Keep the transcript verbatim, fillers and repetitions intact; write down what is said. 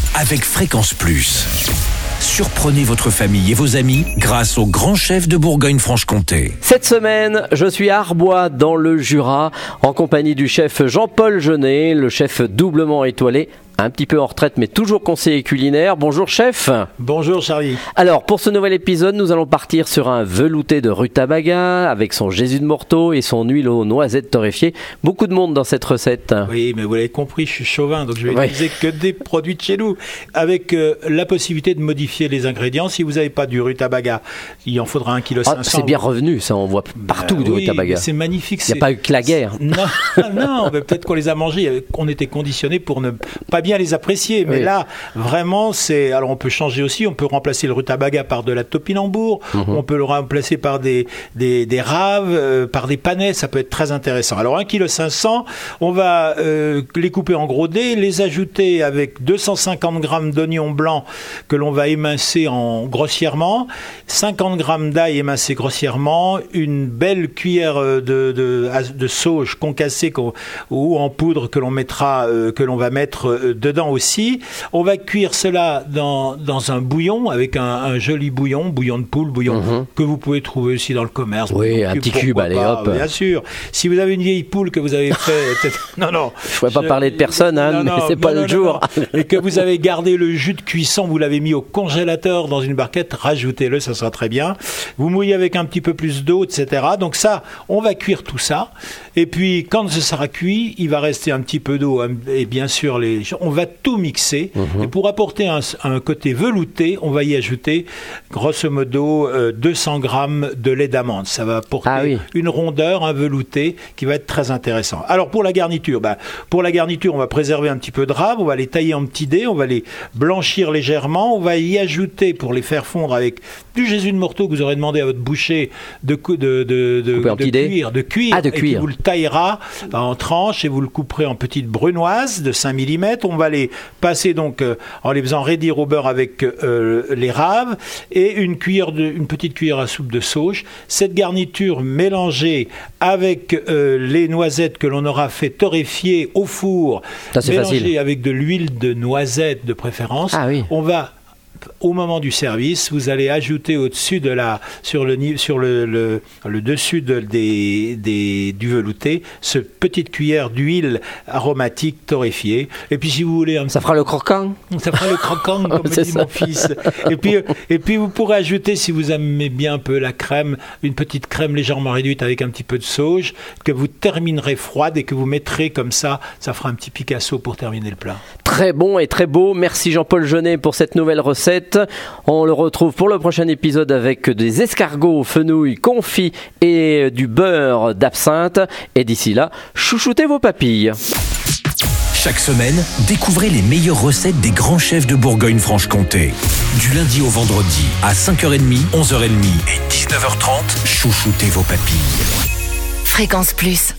avec Fréquence Plus. Surprenez votre famille et vos amis grâce au grand chef de Bourgogne-Franche-Comté. Cette semaine, je suis à Arbois dans le Jura en compagnie du chef Jean-Paul Jeunet, le chef doublement étoilé, un petit peu en retraite mais toujours conseiller culinaire. Bonjour chef. Bonjour Charlie. Alors pour ce nouvel épisode, nous allons partir sur un velouté de rutabaga avec son Jésus de Morteau et son huile aux noisettes torréfiées. Beaucoup de monde dans cette recette. Oui, mais vous l'avez compris, je suis chauvin, donc je vais Oui. utiliser que des produits de chez nous, avec euh, la possibilité de modifier les ingrédients. Si vous n'avez pas du rutabaga, il en faudra un virgule cinq kilos. Ah, c'est bien revenu, ça on voit partout Euh, du oui, rutabaga. c'est magnifique. Il n'y a pas eu que la guerre. Non, non, mais peut-être qu'on les a mangés, qu'on était conditionnés pour ne pas bien les apprécier. Mais Oui. là, vraiment, c'est. Alors, on peut changer aussi. On peut remplacer le rutabaga par de la topinambour. Mhm. On peut le remplacer par des des, des raves, euh, par des panais. Ça peut être très intéressant. Alors, un virgule cinq kilos, on va euh, les couper en gros dés, les ajouter avec deux cent cinquante grammes d'oignons blancs que l'on va émincer en grossièrement, cinquante grammes d'ail émincé grossièrement, une belle cuillère de de, de sauge concassée qu'on- ou en poudre que l'on mettra, euh, que l'on va mettre euh, dedans aussi. On va cuire cela dans, dans un bouillon, avec un, un joli bouillon, bouillon de poule, bouillon Mhm. que vous pouvez trouver aussi dans le commerce. Oui, Bouillon de un cube, petit cube, pourquoi allez, pas, hop. Bien sûr. Si vous avez une vieille poule que vous avez fait... non, non. Je ne pourrais pas parler de personne, hein, Non, mais non, c'est pas non, le non, jour. non. Et que vous avez gardé le jus de cuisson, vous l'avez mis au congélateur dans une barquette, rajoutez-le, ça sera très bien. Vous mouillez avec un petit peu plus d'eau, et cetera. Donc ça, on va cuire tout ça. Et puis, quand ce sera cuit, il va rester un petit peu d'eau. hein, Et bien sûr, les... on va tout mixer. Mhm. Et pour apporter un, un côté velouté, on va y ajouter, grosso modo, euh, deux cents grammes de lait d'amande. Ça va apporter Ah oui. une rondeur, un velouté qui va être très intéressant. Alors pour la garniture, ben, pour la garniture, on va préserver un petit peu de raves, on va les tailler en petits dés, on va les blanchir légèrement, on va y ajouter, pour les faire fondre avec du Jésus de Morteau que vous aurez demandé à votre boucher de, cou- de, de, de, Couper en de petits dés. cuire, de cuire, Ah, de et puis cuire. vous le taillera en tranches et vous le couperez en petites brunoises de cinq millimètres. On va les passer donc euh, en les faisant raidir au beurre avec euh, les raves et une cuillère de, une petite cuillère à soupe de sauge. Cette garniture mélangée avec euh, les noisettes que l'on aura fait torréfier au four, Ça, c'est mélangée facile. avec de l'huile de noisette de préférence. Ah oui. On va au moment du service, vous allez ajouter au-dessus de la, sur le, ni- sur le, le, le dessus de, des, des, du velouté, ce petite cuillère d'huile aromatique torréfiée. Et puis, si vous voulez un Ça fera le croquant. ça fera le croquant, comme me C'est dit ça. mon fils. Et puis, euh, et puis, vous pourrez ajouter, si vous aimez bien un peu la crème, une petite crème légèrement réduite avec un petit peu de sauge, que vous terminerez froide et que vous mettrez comme ça. Ça fera un petit Picasso pour terminer le plat. Très bon et très beau. Merci Jean-Paul Jeunet pour cette nouvelle recette. On le retrouve pour le prochain épisode avec des escargots, fenouil, confits et du beurre d'absinthe. Et d'ici là, chouchoutez vos papilles. Chaque semaine, découvrez les meilleures recettes des grands chefs de Bourgogne-Franche-Comté. Du lundi au vendredi, à cinq heures trente, onze heures trente et dix-neuf heures trente, chouchoutez vos papilles. Fréquence Plus.